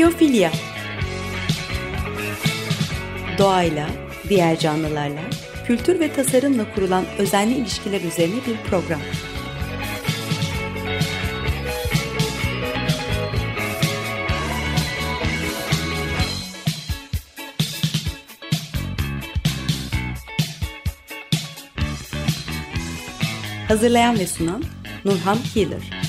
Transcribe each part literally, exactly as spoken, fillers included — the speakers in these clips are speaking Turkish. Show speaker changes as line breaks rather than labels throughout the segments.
Biyofilya. Doğayla, diğer canlılarla, kültür ve tasarımla kurulan özenli ilişkiler üzerine bir program. Hazırlayan ve sunan Nurhan Healer.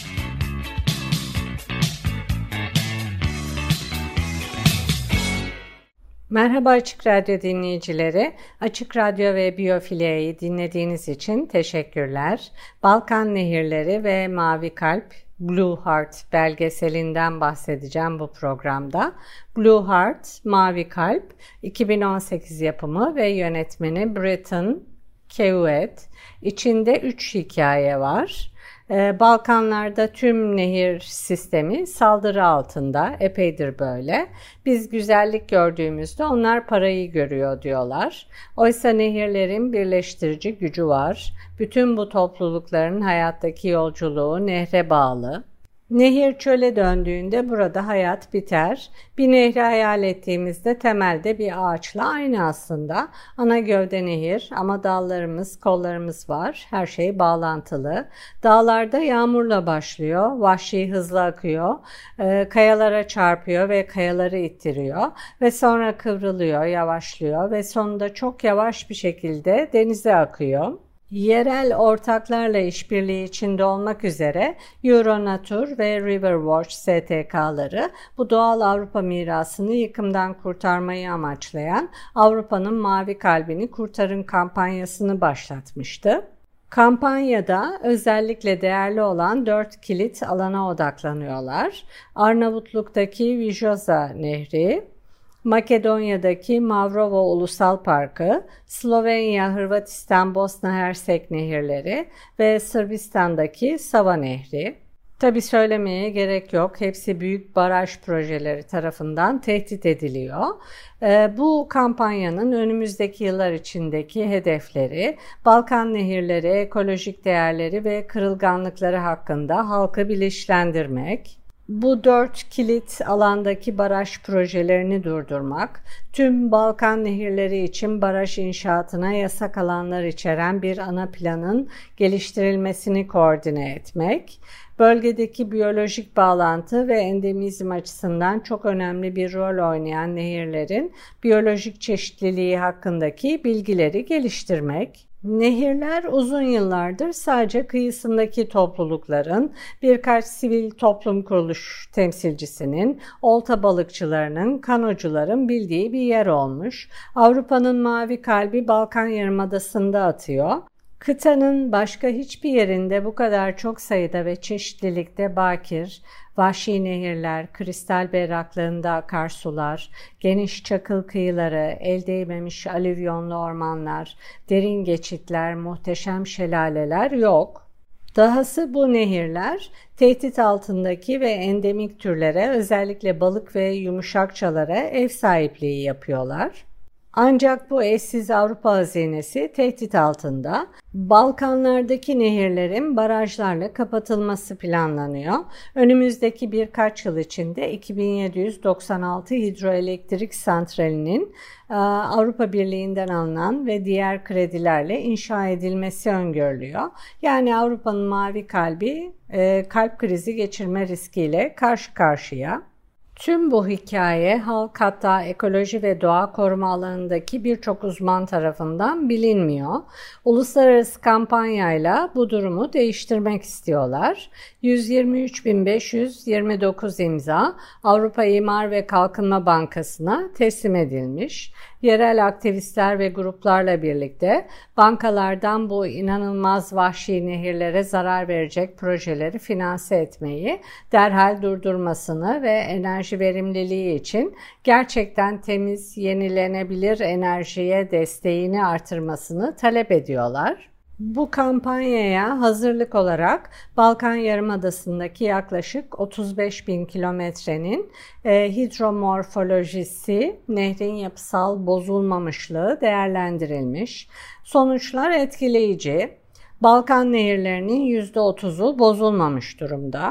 Merhaba Açık Radyo dinleyicileri. Açık Radyo ve Biyofilya'yı dinlediğiniz için teşekkürler. Balkan Nehirleri ve Mavi Kalp, Blue Heart belgeselinden bahsedeceğim bu programda. Blue Heart, Mavi Kalp, iki bin on sekiz yapımı ve yönetmeni Britton Keouet. İçinde üç hikaye var. Balkanlarda tüm nehir sistemi saldırı altında, epeydir böyle. Biz güzellik gördüğümüzde onlar parayı görüyor diyorlar. Oysa nehirlerin birleştirici gücü var. Bütün bu toplulukların hayattaki yolculuğu nehre bağlı. Nehir çöle döndüğünde burada hayat biter. Bir nehri hayal ettiğimizde temelde bir ağaçla aynı aslında. Ana gövde nehir ama dallarımız, kollarımız var. Her şey bağlantılı. Dağlarda yağmurla başlıyor. Vahşi hızla akıyor. E, kayalara çarpıyor ve kayaları ittiriyor. Ve sonra kıvrılıyor, yavaşlıyor ve sonunda çok yavaş bir şekilde denize akıyor. Yerel ortaklarla işbirliği içinde olmak üzere Euronatur ve Riverwatch S T K'ları bu doğal Avrupa mirasını yıkımdan kurtarmayı amaçlayan Avrupa'nın Mavi Kalbini Kurtarın kampanyasını başlatmıştı. Kampanyada özellikle değerli olan dört kilit alana odaklanıyorlar. Arnavutluk'taki Vijoza Nehri, Makedonya'daki Mavrova Ulusal Parkı, Slovenya, Hırvatistan, Bosna Hersek nehirleri ve Sırbistan'daki Sava Nehri. Tabii söylemeye gerek yok. Hepsi büyük baraj projeleri tarafından tehdit ediliyor. Bu kampanyanın önümüzdeki yıllar içindeki hedefleri, Balkan nehirleri, ekolojik değerleri ve kırılganlıkları hakkında halkı bilinçlendirmek. Bu dört kilit alandaki baraj projelerini durdurmak, tüm Balkan nehirleri için baraj inşaatına yasak alanlar içeren bir ana planın geliştirilmesini koordine etmek, bölgedeki biyolojik bağlantı ve endemizm açısından çok önemli bir rol oynayan nehirlerin biyolojik çeşitliliği hakkındaki bilgileri geliştirmek. Nehirler uzun yıllardır sadece kıyısındaki toplulukların, birkaç sivil toplum kuruluş temsilcisinin, olta balıkçılarının, kanocuların bildiği bir yer olmuş. Avrupa'nın mavi kalbi Balkan Yarımadası'nda atıyor. Kıtanın başka hiçbir yerinde bu kadar çok sayıda ve çeşitlilikte bakir, vahşi nehirler, kristal berraklığında akarsular, geniş çakıl kıyıları, el değmemiş alüvyonlu ormanlar, derin geçitler, muhteşem şelaleler yok. Dahası bu nehirler tehdit altındaki ve endemik türlere, özellikle balık ve yumuşakçalara ev sahipliği yapıyorlar. Ancak bu eşsiz Avrupa hazinesi tehdit altında. Balkanlardaki nehirlerin barajlarla kapatılması planlanıyor. Önümüzdeki birkaç yıl içinde iki bin yedi yüz doksan altı hidroelektrik santralinin Avrupa Birliği'nden alınan ve diğer kredilerle inşa edilmesi öngörülüyor. Yani Avrupa'nın mavi kalbi kalp krizi geçirme riskiyle karşı karşıya. Tüm bu hikaye halk, hatta ekoloji ve doğa koruma alanındaki birçok uzman tarafından bilinmiyor. Uluslararası kampanyayla bu durumu değiştirmek istiyorlar. yüz yirmi üç bin beş yüz yirmi dokuz imza Avrupa İmar ve Kalkınma Bankası'na teslim edilmiş. Yerel aktivistler ve gruplarla birlikte bankalardan bu inanılmaz vahşi nehirlere zarar verecek projeleri finanse etmeyi, derhal durdurmasını ve enerji verimliliği için gerçekten temiz, yenilenebilir enerjiye desteğini artırmasını talep ediyorlar. Bu kampanyaya hazırlık olarak Balkan Yarımadası'ndaki yaklaşık otuz beş bin kilometrenin e, hidromorfolojisi, nehrin yapısal bozulmamışlığı değerlendirilmiş. Sonuçlar etkileyici. Balkan nehirlerinin yüzde otuzu bozulmamış durumda.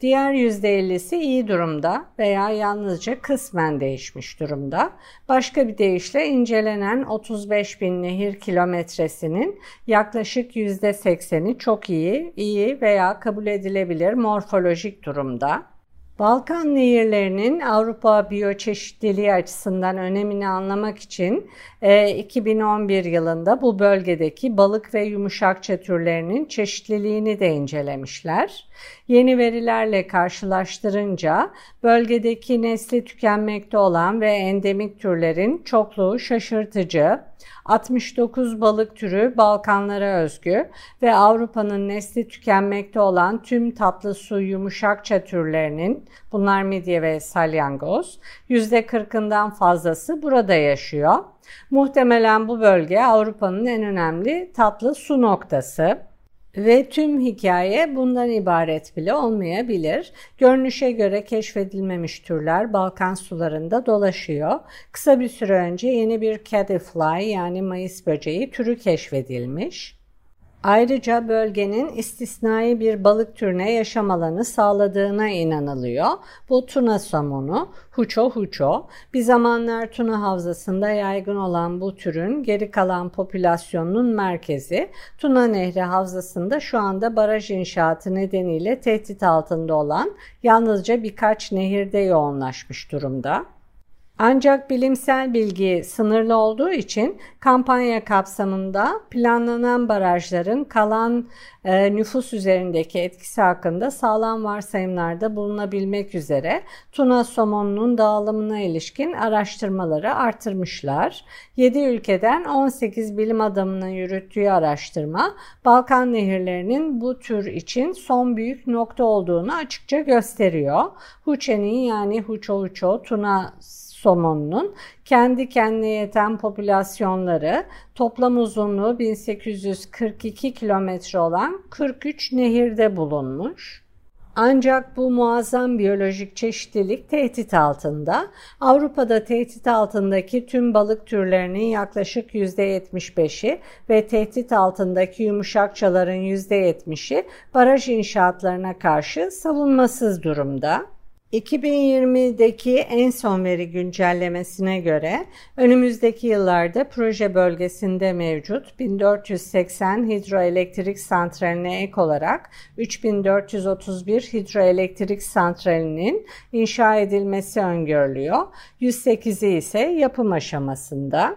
Diğer yüzde ellisi iyi durumda veya yalnızca kısmen değişmiş durumda. Başka bir deyişle incelenen otuz beş bin nehir kilometresinin yaklaşık yüzde sekseni çok iyi, iyi veya kabul edilebilir morfolojik durumda. Balkan nehirlerinin Avrupa biyoçeşitliliği açısından önemini anlamak için e, iki bin on bir yılında bu bölgedeki balık ve yumuşakça türlerinin çeşitliliğini de incelemişler. Yeni verilerle karşılaştırınca bölgedeki nesli tükenmekte olan ve endemik türlerin çokluğu şaşırtıcı. altmış dokuz balık türü Balkanlara özgü ve Avrupa'nın nesli tükenmekte olan tüm tatlı su yumuşakça türlerinin, bunlar midye ve salyangoz, yüzde kırkından fazlası burada yaşıyor. Muhtemelen bu bölge Avrupa'nın en önemli tatlı su noktası. Ve tüm hikaye bundan ibaret bile olmayabilir. Görünüşe göre keşfedilmemiş türler Balkan sularında dolaşıyor. Kısa bir süre önce yeni bir caddisfly yani mayıs böceği türü keşfedilmiş. Ayrıca bölgenin istisnai bir balık türüne yaşam alanı sağladığına inanılıyor. Bu tuna somonu, huço huço. Bir zamanlar tuna havzasında yaygın olan bu türün geri kalan popülasyonunun merkezi, Tuna Nehri havzasında şu anda baraj inşaatı nedeniyle tehdit altında olan yalnızca birkaç nehirde yoğunlaşmış durumda. Ancak bilimsel bilgi sınırlı olduğu için kampanya kapsamında planlanan barajların kalan e, nüfus üzerindeki etkisi hakkında sağlam varsayımlarda bulunabilmek üzere tuna somonunun dağılımına ilişkin araştırmaları artırmışlar. yedi ülkeden on sekiz bilim adamının yürüttüğü araştırma Balkan nehirlerinin bu tür için son büyük nokta olduğunu açıkça gösteriyor. Huçe'nin yani huço huço tuna somonunun kendi kendine yeten popülasyonları toplam uzunluğu bin sekiz yüz kırk iki kilometre olan kırk üç nehirde bulunmuş. Ancak bu muazzam biyolojik çeşitlilik tehdit altında. Avrupa'da tehdit altındaki tüm balık türlerinin yaklaşık yüzde yetmiş beşi ve tehdit altındaki yumuşakçaların yüzde yetmişi baraj inşaatlarına karşı savunmasız durumda. iki bin yirmideki en son veri güncellemesine göre önümüzdeki yıllarda proje bölgesinde mevcut bin dört yüz seksen hidroelektrik santraline ek olarak üç bin dört yüz otuz bir hidroelektrik santralinin inşa edilmesi öngörülüyor. yüz sekizi ise yapım aşamasında.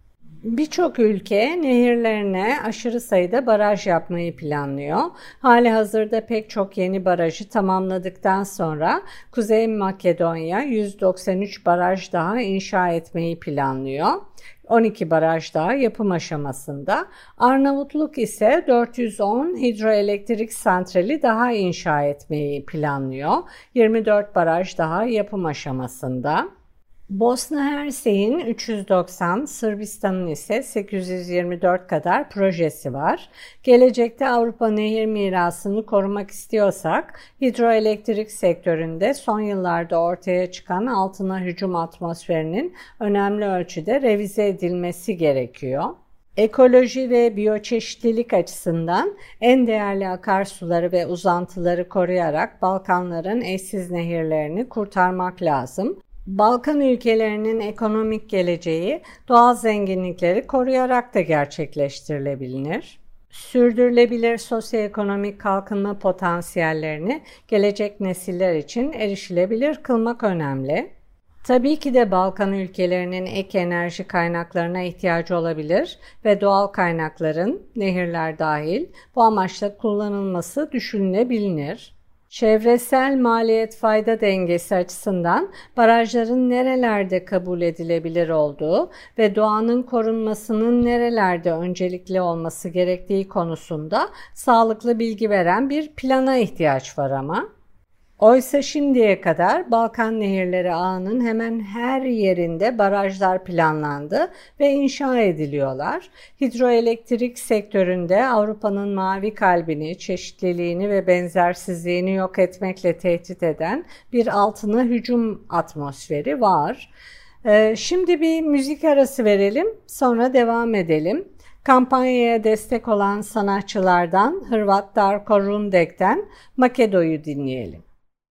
Birçok ülke nehirlerine aşırı sayıda baraj yapmayı planlıyor. Halihazırda pek çok yeni barajı tamamladıktan sonra Kuzey Makedonya yüz doksan üç baraj daha inşa etmeyi planlıyor. on iki baraj daha yapım aşamasında. Arnavutluk ise dört yüz on hidroelektrik santrali daha inşa etmeyi planlıyor. yirmi dört baraj daha yapım aşamasında. Bosna Hersek'in üç yüz doksan, Sırbistan'ın ise sekiz yüz yirmi dört kadar projesi var. Gelecekte Avrupa nehir mirasını korumak istiyorsak, hidroelektrik sektöründe son yıllarda ortaya çıkan altına hücum atmosferinin önemli ölçüde revize edilmesi gerekiyor. Ekoloji ve biyoçeşitlilik açısından en değerli akarsuları ve uzantıları koruyarak Balkanların eşsiz nehirlerini kurtarmak lazım. Balkan ülkelerinin ekonomik geleceği doğal zenginlikleri koruyarak da gerçekleştirilebilir. Sürdürülebilir sosyoekonomik kalkınma potansiyellerini gelecek nesiller için erişilebilir kılmak önemli. Tabii ki de Balkan ülkelerinin ek enerji kaynaklarına ihtiyacı olabilir ve doğal kaynakların, nehirler dahil, bu amaçla kullanılması düşünülebilir. Çevresel maliyet fayda dengesi açısından barajların nerelerde kabul edilebilir olduğu ve doğanın korunmasının nerelerde öncelikli olması gerektiği konusunda sağlıklı bilgi veren bir plana ihtiyaç var ama. Oysa şimdiye kadar Balkan Nehirleri ağının hemen her yerinde barajlar planlandı ve inşa ediliyorlar. Hidroelektrik sektöründe Avrupa'nın mavi kalbini, çeşitliliğini ve benzersizliğini yok etmekle tehdit eden bir altına hücum atmosferi var. Ee, şimdi bir müzik arası verelim, sonra devam edelim. Kampanyaya destek olan sanatçılardan Hırvat Darko Rundek'ten Makedo'yu dinleyelim.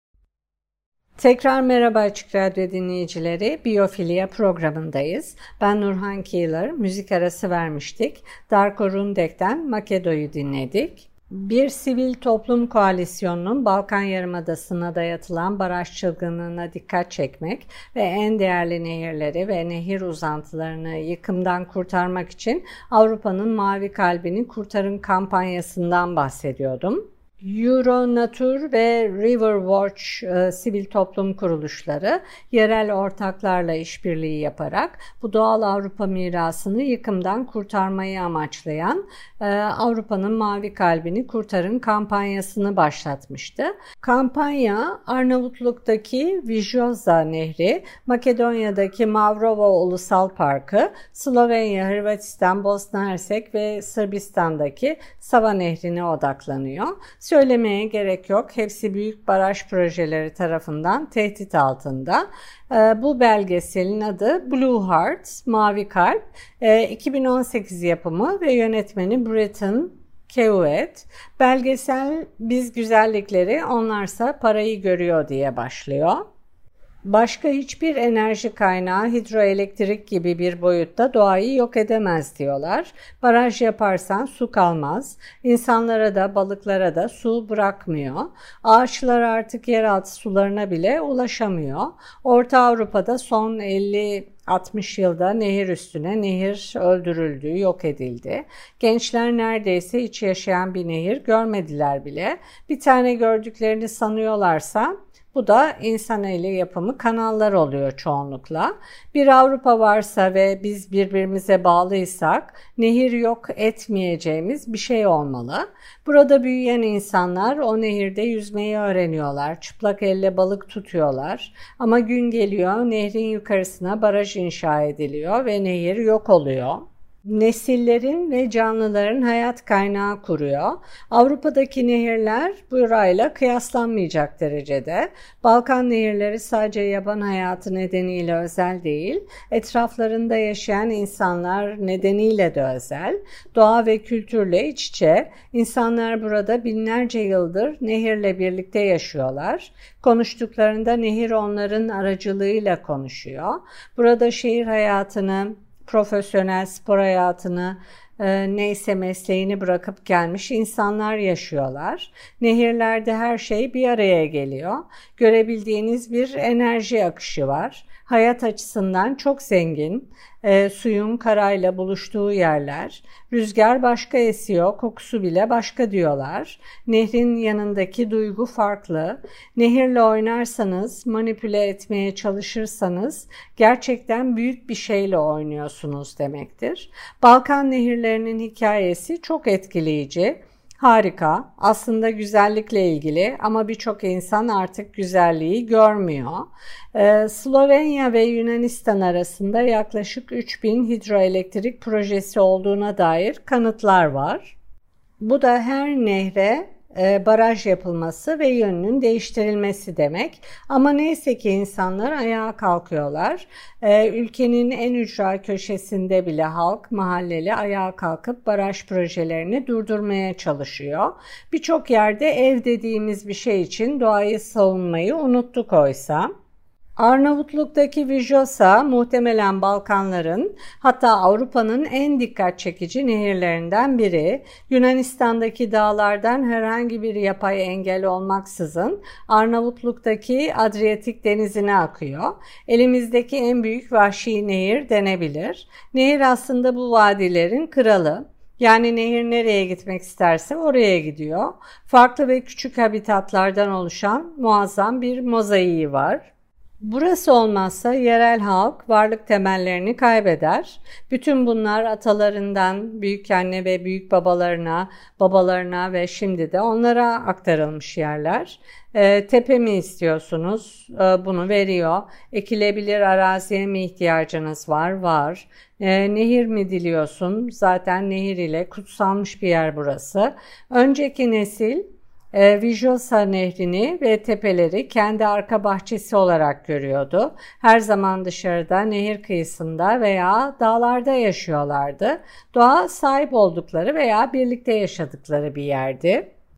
Tekrar merhaba Açık Radyo dinleyicileri, Biyofilya programındayız. Ben Nurhan Keeler, müzik arası vermiştik. Darko Rundek'ten Makedo'yu dinledik. Bir sivil toplum koalisyonunun Balkan Yarımadası'na dayatılan baraj çılgınlığına dikkat çekmek ve en değerli nehirleri ve nehir uzantılarını yıkımdan kurtarmak için Avrupa'nın Mavi Kalbini Kurtarın kampanyasından bahsediyordum. Euronatur ve Riverwatch e, sivil toplum kuruluşları yerel ortaklarla işbirliği yaparak bu doğal Avrupa mirasını yıkımdan kurtarmayı amaçlayan e, Avrupa'nın Mavi Kalbini Kurtarın kampanyasını başlatmıştı. Kampanya Arnavutluk'taki Vizhoza Nehri, Makedonya'daki Mavrova Ulusal Parkı, Slovenya, Hırvatistan, Bosna Hersek ve Sırbistan'daki Sava Nehri'ne odaklanıyor. Söylemeye gerek yok. Hepsi büyük baraj projeleri tarafından tehdit altında. Bu belgeselin adı Blue Heart, Mavi Kalp. iki bin on sekiz yapımı ve yönetmeni Britton Keouet. Belgesel biz güzellikleri, onlarsa parayı görüyor diye başlıyor. Başka hiçbir enerji kaynağı hidroelektrik gibi bir boyutta doğayı yok edemez diyorlar. Baraj yaparsan su kalmaz. İnsanlara da balıklara da su bırakmıyor. Ağaçlar artık yeraltı sularına bile ulaşamıyor. Orta Avrupa'da son elli altmış yılda nehir üstüne nehir öldürüldü, yok edildi. Gençler neredeyse hiç yaşayan bir nehir görmediler bile. Bir tane gördüklerini sanıyorlarsa bu da insan eli yapımı kanallar oluyor çoğunlukla. Bir Avrupa varsa ve biz birbirimize bağlıysak nehir yok etmeyeceğimiz bir şey olmalı. Burada büyüyen insanlar o nehirde yüzmeyi öğreniyorlar, çıplak elle balık tutuyorlar. Ama gün geliyor, nehrin yukarısına baraj inşa ediliyor ve nehir yok oluyor. Nesillerin ve canlıların hayat kaynağı kuruyor. Avrupa'daki nehirler burayla kıyaslanmayacak derecede. Balkan nehirleri sadece yaban hayatı nedeniyle özel değil, etraflarında yaşayan insanlar nedeniyle de özel. Doğa ve kültürle iç içe, insanlar burada binlerce yıldır nehirle birlikte yaşıyorlar. Konuştuklarında nehir onların aracılığıyla konuşuyor. Burada şehir hayatını, profesyonel spor hayatını, e, neyse mesleğini bırakıp gelmiş insanlar yaşıyorlar. Nehirlerde her şey bir araya geliyor. Görebildiğiniz bir enerji akışı var. Hayat açısından çok zengin. E, suyun karayla buluştuğu yerler. Rüzgar başka esiyor, kokusu bile başka diyorlar. Nehrin yanındaki duygu farklı. Nehirle oynarsanız, manipüle etmeye çalışırsanız gerçekten büyük bir şeyle oynuyorsunuz demektir. Balkan nehirlerinin hikayesi çok etkileyici. Harika, aslında güzellikle ilgili ama birçok insan artık güzelliği görmüyor. Ee, Slovenya ve Yunanistan arasında yaklaşık üç bin hidroelektrik projesi olduğuna dair kanıtlar var. Bu da her nehre e, baraj yapılması ve yönünün değiştirilmesi demek. Ama neyse ki insanlar ayağa kalkıyorlar. E, ülkenin en ücra köşesinde bile halk, mahalleli ayağa kalkıp baraj projelerini durdurmaya çalışıyor. Birçok yerde ev dediğimiz bir şey için doğayı savunmayı unuttuk oysa. Arnavutluk'taki Vizhoza muhtemelen Balkanların, hatta Avrupa'nın en dikkat çekici nehirlerinden biri. Yunanistan'daki dağlardan herhangi bir yapay engel olmaksızın Arnavutluk'taki Adriyatik denizine akıyor. Elimizdeki en büyük vahşi nehir denebilir. Nehir aslında bu vadilerin kralı. Yani nehir nereye gitmek isterse oraya gidiyor. Farklı ve küçük habitatlardan oluşan muazzam bir mozaiği var. Burası olmazsa yerel halk varlık temellerini kaybeder. Bütün bunlar atalarından büyükanne ve büyük babalarına, babalarına ve şimdi de onlara aktarılmış yerler. E, tepe mi istiyorsunuz? E, bunu veriyor. Ekilebilir araziye mi ihtiyacınız var? Var. E, nehir mi diliyorsun? Zaten nehir ile kutsalmış bir yer burası. Önceki nesil E, Vizhoza nehrini ve tepeleri kendi arka bahçesi olarak görüyordu. Her zaman dışarıda, nehir kıyısında veya dağlarda yaşıyorlardı. Doğa sahip oldukları veya birlikte yaşadıkları bir yerdi.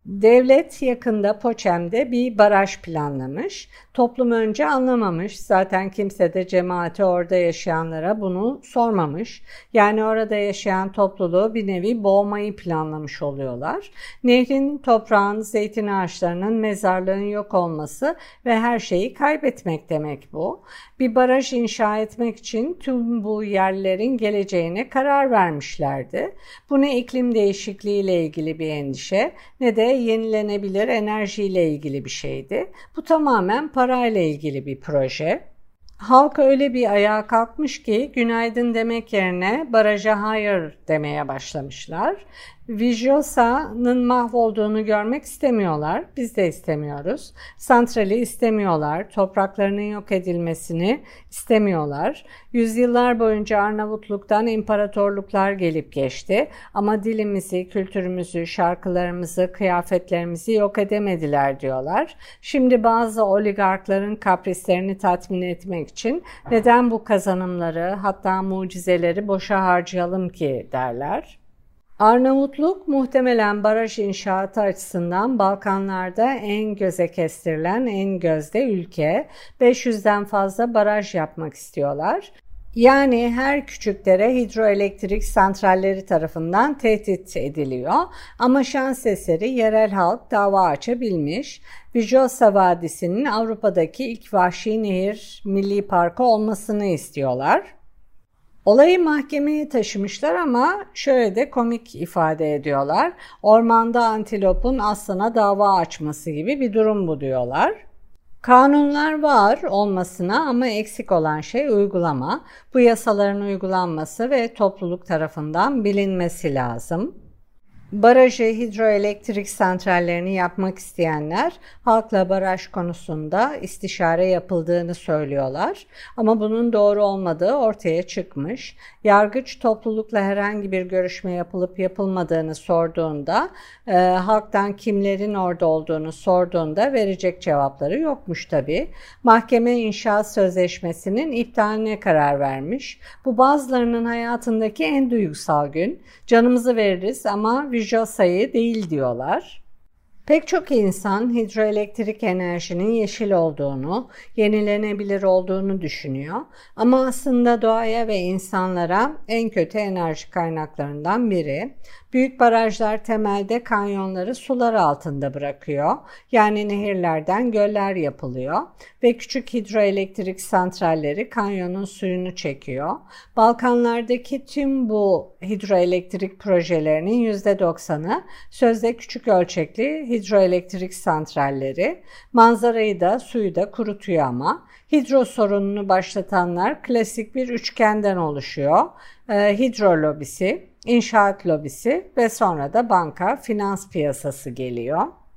Devlet yakında Poçem'de bir baraj planlamış. Toplum önce anlamamış. Zaten kimse de cemaate orada yaşayanlara bunu sormamış. Yani orada yaşayan topluluğu bir nevi boğmayı planlamış oluyorlar. Nehrin, toprağın, zeytin ağaçlarının, mezarlığın yok olması ve her şeyi kaybetmek demek bu. Bir baraj inşa etmek için tüm bu yerlerin geleceğine karar vermişlerdi. Bu ne iklim değişikliğiyle ilgili bir endişe ne de yenilenebilir enerjiyle ilgili bir şeydi. Bu tamamen parayla ilgili bir proje. Halk öyle bir ayağa kalkmış ki günaydın demek yerine baraja hayır demeye başlamışlar. Vijosa'nın mahvolduğunu görmek istemiyorlar. Biz de istemiyoruz. Santrali istemiyorlar. Topraklarının yok edilmesini istemiyorlar. Yüzyıllar boyunca Arnavutluk'tan imparatorluklar gelip geçti. Ama dilimizi, kültürümüzü, şarkılarımızı, kıyafetlerimizi yok edemediler diyorlar. Şimdi bazı oligarkların kaprislerini tatmin etmek için neden bu kazanımları, hatta mucizeleri boşa harcayalım ki derler. Arnavutluk muhtemelen baraj inşaatı açısından Balkanlarda en göze kestirilen, en gözde ülke. beş yüzden fazla baraj yapmak istiyorlar. Yani her küçük dere hidroelektrik santralleri tarafından tehdit ediliyor. Ama şans eseri yerel halk dava açabilmiş. Vijosa Vadisi'nin Avrupa'daki ilk vahşi nehir milli parkı olmasını istiyorlar. Olayı mahkemeye taşımışlar ama şöyle de komik ifade ediyorlar. Ormanda antilopun aslana dava açması gibi bir durum bu diyorlar. Kanunlar var olmasına ama eksik olan şey uygulama. Bu yasaların uygulanması ve topluluk tarafından bilinmesi lazım. Barajı, hidroelektrik santrallerini yapmak isteyenler halkla baraj konusunda istişare yapıldığını söylüyorlar. Ama bunun doğru olmadığı ortaya çıkmış. Yargıç toplulukla herhangi bir görüşme yapılıp yapılmadığını sorduğunda, e, halktan kimlerin orada olduğunu sorduğunda verecek cevapları yokmuş tabii. Mahkeme inşaat sözleşmesinin iptaline karar vermiş. Bu bazılarının hayatındaki en duygusal gün. Canımızı veririz ama Vijosa'yı değil diyorlar. Pek çok insan hidroelektrik enerjinin yeşil olduğunu, yenilenebilir olduğunu düşünüyor. Ama aslında doğaya ve insanlara en kötü enerji kaynaklarından biri. Büyük barajlar temelde kanyonları sular altında bırakıyor. Yani nehirlerden göller yapılıyor ve küçük hidroelektrik santralleri kanyonun suyunu çekiyor. Balkanlardaki tüm bu hidroelektrik projelerinin yüzde doksanı sözde küçük ölçekli hidroelektrik santralleri. Manzarayı da suyu da kurutuyor ama. Hidro sorununu başlatanlar klasik bir üçgenden oluşuyor. Ee, hidro lobisi, inşaat lobisi ve sonra da banka, finans piyasası geliyor.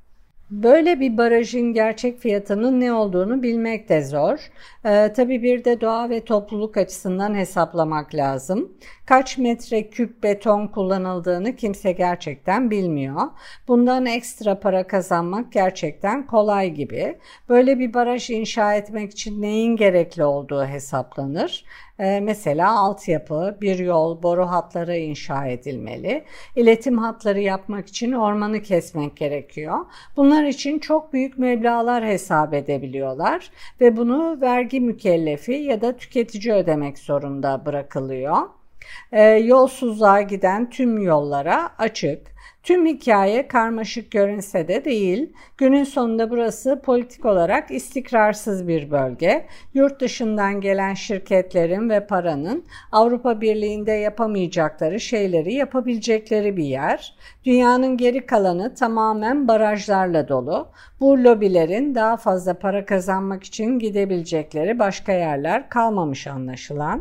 Böyle bir barajın gerçek fiyatının ne olduğunu bilmek de zor. Ee, tabii bir de doğa ve topluluk açısından hesaplamak lazım. Kaç metreküp beton kullanıldığını kimse gerçekten bilmiyor. Bundan ekstra para kazanmak gerçekten kolay gibi. Böyle bir baraj inşa etmek için neyin gerekli olduğu hesaplanır. Ee, mesela altyapı, bir yol, boru hatları inşa edilmeli. İletim hatları yapmak için ormanı kesmek gerekiyor. Bunlar için çok büyük meblağlar hesap edebiliyorlar ve bunu vergi mükellefi ya da tüketici ödemek zorunda bırakılıyor. Ee, yolsuzluğa giden tüm yollara açık. Tüm hikaye karmaşık görünse de değil. Günün sonunda burası politik olarak istikrarsız bir bölge. Yurt dışından gelen şirketlerin ve paranın Avrupa Birliği'nde yapamayacakları şeyleri yapabilecekleri bir yer. Dünyanın geri kalanı tamamen barajlarla dolu. Bu lobilerin daha fazla para kazanmak için gidebilecekleri başka yerler kalmamış anlaşılan.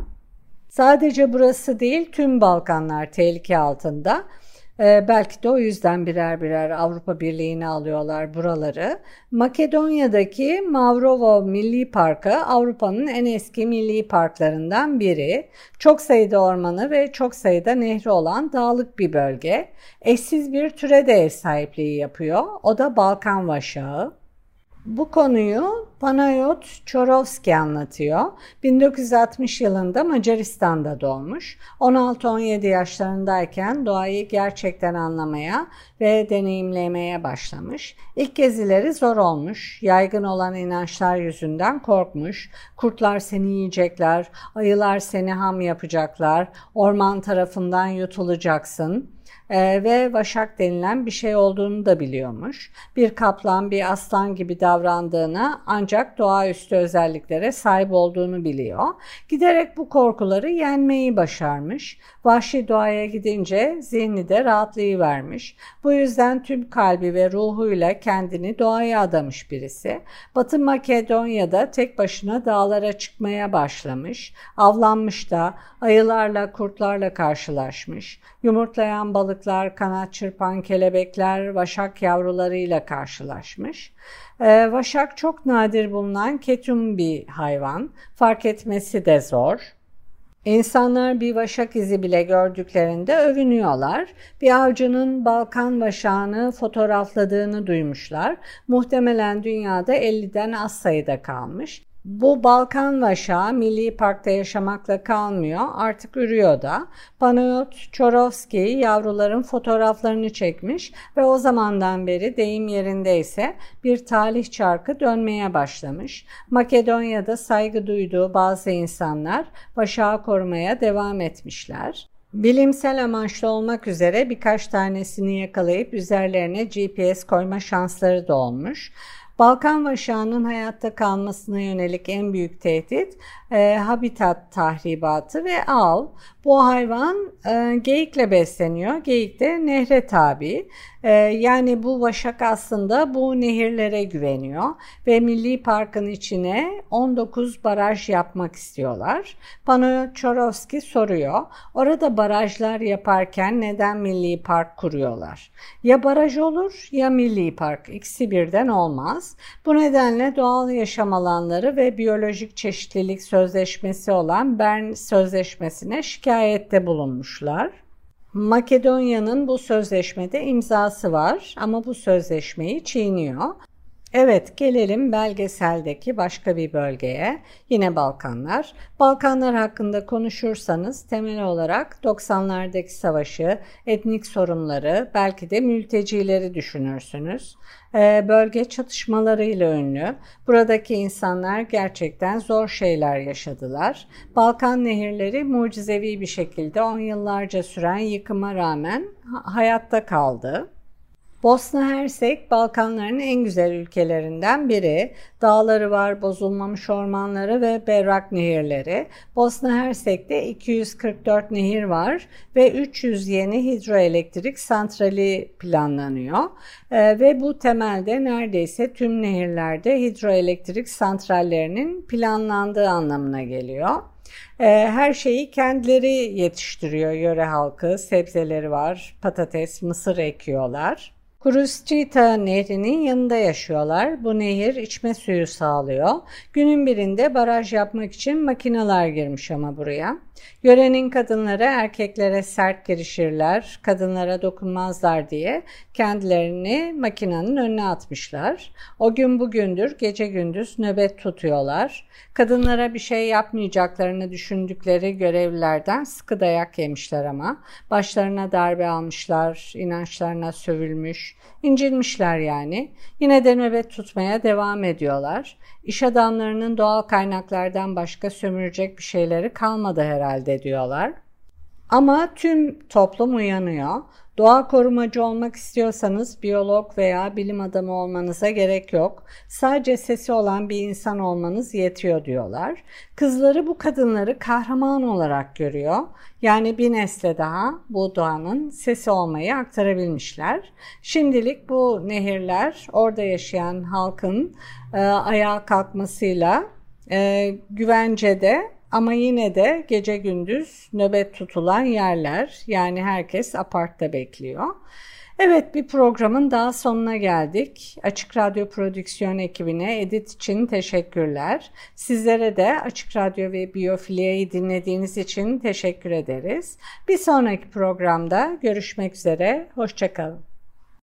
Sadece burası değil, tüm Balkanlar tehlike altında. Ee, belki de o yüzden birer birer Avrupa Birliği'ne alıyorlar buraları. Makedonya'daki Mavrovo Milli Parkı Avrupa'nın en eski milli parklarından biri. Çok sayıda ormanı ve çok sayıda nehri olan dağlık bir bölge. Eşsiz bir türe de ev sahipliği yapıyor. O da Balkan vaşağı. Bu konuyu Panayot Çorovski anlatıyor. bin dokuz yüz altmış yılında Macaristan'da doğmuş. on altı on yedi yaşlarındayken doğayı gerçekten anlamaya ve deneyimlemeye başlamış. İlk gezileri zor olmuş. Yaygın olan inançlar yüzünden korkmuş. Kurtlar seni yiyecekler, ayılar seni ham yapacaklar, orman tarafından yutulacaksın. Ee, ve vaşak denilen bir şey olduğunu da biliyormuş. Bir kaplan, bir aslan gibi davrandığını ancak doğaüstü özelliklere sahip olduğunu biliyor. Giderek bu korkuları yenmeyi başarmış. Vahşi doğaya gidince zihni de rahatlayıvermiş. Bu yüzden tüm kalbi ve ruhuyla kendini doğaya adamış birisi. Batı Makedonya'da tek başına dağlara çıkmaya başlamış. Avlanmış da ayılarla, kurtlarla karşılaşmış. Yumurtlayan balıklar, kanat çırpan kelebekler, vaşak yavrularıyla karşılaşmış. Ee, vaşak çok nadir bulunan ketum bir hayvan. Fark etmesi de zor. İnsanlar bir vaşak izi bile gördüklerinde övünüyorlar. Bir avcının Balkan vaşağını fotoğrafladığını duymuşlar. Muhtemelen dünyada elliden az sayıda kalmış. Bu Balkan vaşağı milli parkta yaşamakla kalmıyor, artık ürüyor da. Panayot Çorovski yavruların fotoğraflarını çekmiş ve o zamandan beri deyim yerindeyse bir talih çarkı dönmeye başlamış. Makedonya'da saygı duyduğu bazı insanlar vaşağı korumaya devam etmişler. Bilimsel amaçlı olmak üzere birkaç tanesini yakalayıp üzerlerine G P S koyma şansları da olmuş. Balkan vaşağının hayatta kalmasına yönelik en büyük tehdit e, habitat tahribatı ve av. Bu hayvan e, geyikle besleniyor. Geyik de nehre tabi. E, yani bu vaşak aslında bu nehirlere güveniyor ve Milli Park'ın içine on dokuz baraj yapmak istiyorlar. Panayot Çorovski soruyor. Orada barajlar yaparken neden Milli Park kuruyorlar? Ya baraj olur ya Milli Park. İkisi birden olmaz. Bu nedenle doğal yaşam alanları ve biyolojik çeşitlilik sözleşmesi olan Bern Sözleşmesi'ne şikayette bulunmuşlar. Makedonya'nın bu sözleşmede imzası var ama bu sözleşmeyi çiğniyor. Evet, gelelim belgeseldeki başka bir bölgeye, yine Balkanlar. Balkanlar hakkında konuşursanız temel olarak doksanlardaki savaşı, etnik sorunları, belki de mültecileri düşünürsünüz. Ee, bölge çatışmalarıyla ünlü. Buradaki insanlar gerçekten zor şeyler yaşadılar. Balkan nehirleri mucizevi bir şekilde on yıllarca süren yıkıma rağmen hayatta kaldı. Bosna Hersek, Balkanların en güzel ülkelerinden biri. Dağları var, bozulmamış ormanları ve berrak nehirleri. Bosna Hersek'te iki yüz kırk dört nehir var ve üç yüz yeni hidroelektrik santrali planlanıyor. Ee, ve bu temelde neredeyse tüm nehirlerde hidroelektrik santrallerinin planlandığı anlamına geliyor. Her şeyi kendileri yetiştiriyor yöre halkı, sebzeleri var, patates, mısır ekiyorlar. Kurusçita Nehri'nin yanında yaşıyorlar. Bu nehir içme suyu sağlıyor. Günün birinde baraj yapmak için makineler girmiş ama buraya. Yörenin kadınları erkeklere sert girişirler, kadınlara dokunmazlar diye kendilerini makinenin önüne atmışlar. O gün bugündür gece gündüz nöbet tutuyorlar. Kadınlara bir şey yapmayacaklarını düşündükleri görevlilerden sıkı dayak yemişler ama. Başlarına darbe almışlar, inançlarına sövülmüş, incinmişler yani. Yine de nöbet tutmaya devam ediyorlar. İş adamlarının doğal kaynaklardan başka sömürecek bir şeyleri kalmadı herhalde diyorlar. Ama tüm toplum uyanıyor. Doğa korumacı olmak istiyorsanız biyolog veya bilim adamı olmanıza gerek yok. Sadece sesi olan bir insan olmanız yetiyor diyorlar. Kızları bu kadınları kahraman olarak görüyor. Yani bir nesle daha bu doğanın sesi olmayı aktarabilmişler. Şimdilik bu nehirler orada yaşayan halkın e, ayağa kalkmasıyla e, güvencede, ama yine de gece gündüz nöbet tutulan yerler, yani herkes apartta bekliyor. Evet, bir programın daha sonuna geldik. Açık Radyo Prodüksiyon ekibine edit için teşekkürler. Sizlere de Açık Radyo ve Biyofilia'yı dinlediğiniz için teşekkür ederiz. Bir sonraki programda görüşmek üzere, hoşça kalın.